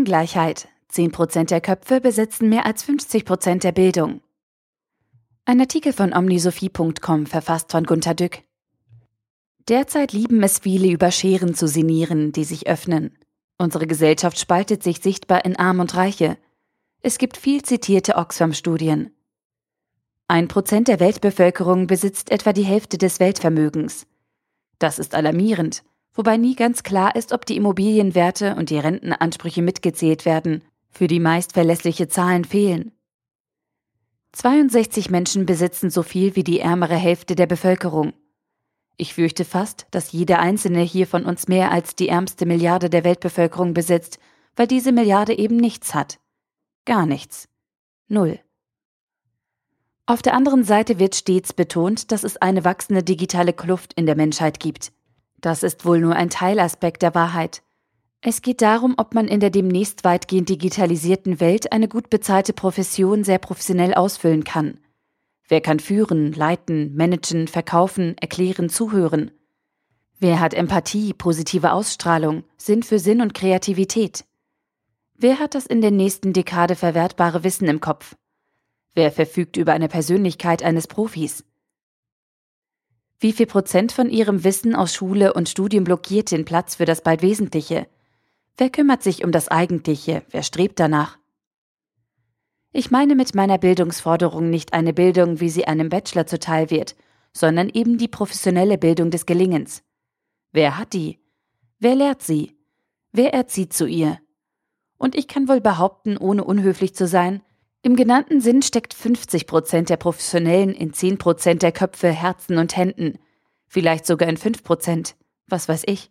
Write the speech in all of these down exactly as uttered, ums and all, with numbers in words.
Chancengleichheit. zehn Prozent der Köpfe besitzen mehr als fünfzig Prozent der Bildung. Ein Artikel von omnisophie punkt com, verfasst von Gunter Dück. Derzeit lieben es viele, über Scheren zu sinnieren, die sich öffnen. Unsere Gesellschaft spaltet sich sichtbar in Arm und Reiche. Es gibt viel zitierte Oxfam-Studien. Ein Prozent der Weltbevölkerung besitzt etwa die Hälfte des Weltvermögens. Das ist alarmierend, wobei nie ganz klar ist, ob die Immobilienwerte und die Rentenansprüche mitgezählt werden. Für die meist verlässliche Zahlen fehlen. zweiundsechzig Menschen besitzen so viel wie die ärmere Hälfte der Bevölkerung. Ich fürchte fast, dass jeder einzelne hier von uns mehr als die ärmste Milliarde der Weltbevölkerung besitzt, weil diese Milliarde eben nichts hat. Gar nichts. Null. Auf der anderen Seite wird stets betont, dass es eine wachsende digitale Kluft in der Menschheit gibt. Das ist wohl nur ein Teilaspekt der Wahrheit. Es geht darum, ob man in der demnächst weitgehend digitalisierten Welt eine gut bezahlte Profession sehr professionell ausfüllen kann. Wer kann führen, leiten, managen, verkaufen, erklären, zuhören? Wer hat Empathie, positive Ausstrahlung, Sinn für Sinn und Kreativität? Wer hat das in der nächsten Dekade verwertbare Wissen im Kopf? Wer verfügt über eine Persönlichkeit eines Profis? Wie viel Prozent von ihrem Wissen aus Schule und Studium blockiert den Platz für das bald Wesentliche? Wer kümmert sich um das Eigentliche? Wer strebt danach? Ich meine mit meiner Bildungsforderung nicht eine Bildung, wie sie einem Bachelor zuteil wird, sondern eben die professionelle Bildung des Gelingens. Wer hat die? Wer lehrt sie? Wer erzieht zu ihr? Und ich kann wohl behaupten, ohne unhöflich zu sein, im genannten Sinn steckt fünfzig Prozent der Professionellen in zehn Prozent der Köpfe, Herzen und Händen. Vielleicht sogar in fünf Prozent. Was weiß ich.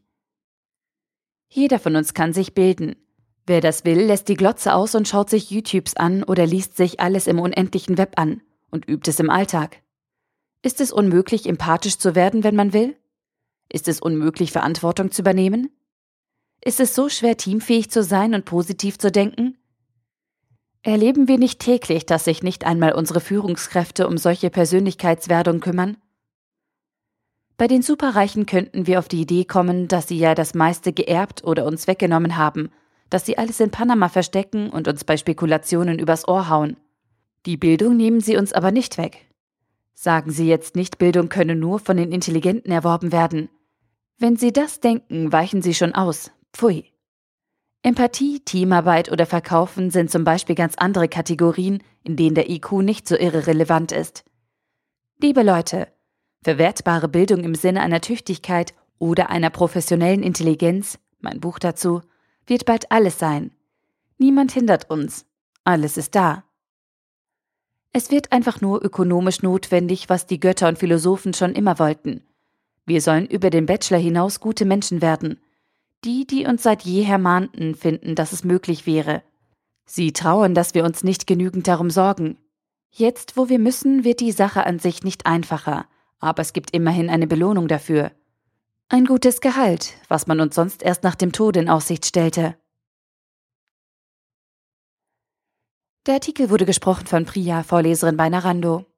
Jeder von uns kann sich bilden. Wer das will, lässt die Glotze aus und schaut sich YouTubes an oder liest sich alles im unendlichen Web an und übt es im Alltag. Ist es unmöglich, empathisch zu werden, wenn man will? Ist es unmöglich, Verantwortung zu übernehmen? Ist es so schwer, teamfähig zu sein und positiv zu denken? Erleben wir nicht täglich, dass sich nicht einmal unsere Führungskräfte um solche Persönlichkeitswerdung kümmern? Bei den Superreichen könnten wir auf die Idee kommen, dass sie ja das meiste geerbt oder uns weggenommen haben, dass sie alles in Panama verstecken und uns bei Spekulationen übers Ohr hauen. Die Bildung nehmen sie uns aber nicht weg. Sagen Sie jetzt nicht, Bildung könne nur von den Intelligenten erworben werden. Wenn Sie das denken, weichen Sie schon aus. Pfui. Empathie, Teamarbeit oder Verkaufen sind zum Beispiel ganz andere Kategorien, in denen der I Q nicht so irrelevant ist. Liebe Leute, verwertbare Bildung im Sinne einer Tüchtigkeit oder einer professionellen Intelligenz, mein Buch dazu, wird bald alles sein. Niemand hindert uns. Alles ist da. Es wird einfach nur ökonomisch notwendig, was die Götter und Philosophen schon immer wollten. Wir sollen über den Bachelor hinaus gute Menschen werden. Die, die uns seit jeher mahnten, finden, dass es möglich wäre. Sie trauern, dass wir uns nicht genügend darum sorgen. Jetzt, wo wir müssen, wird die Sache an sich nicht einfacher, aber es gibt immerhin eine Belohnung dafür. Ein gutes Gehalt, was man uns sonst erst nach dem Tod in Aussicht stellte. Der Artikel wurde gesprochen von Priya, Vorleserin bei Narando.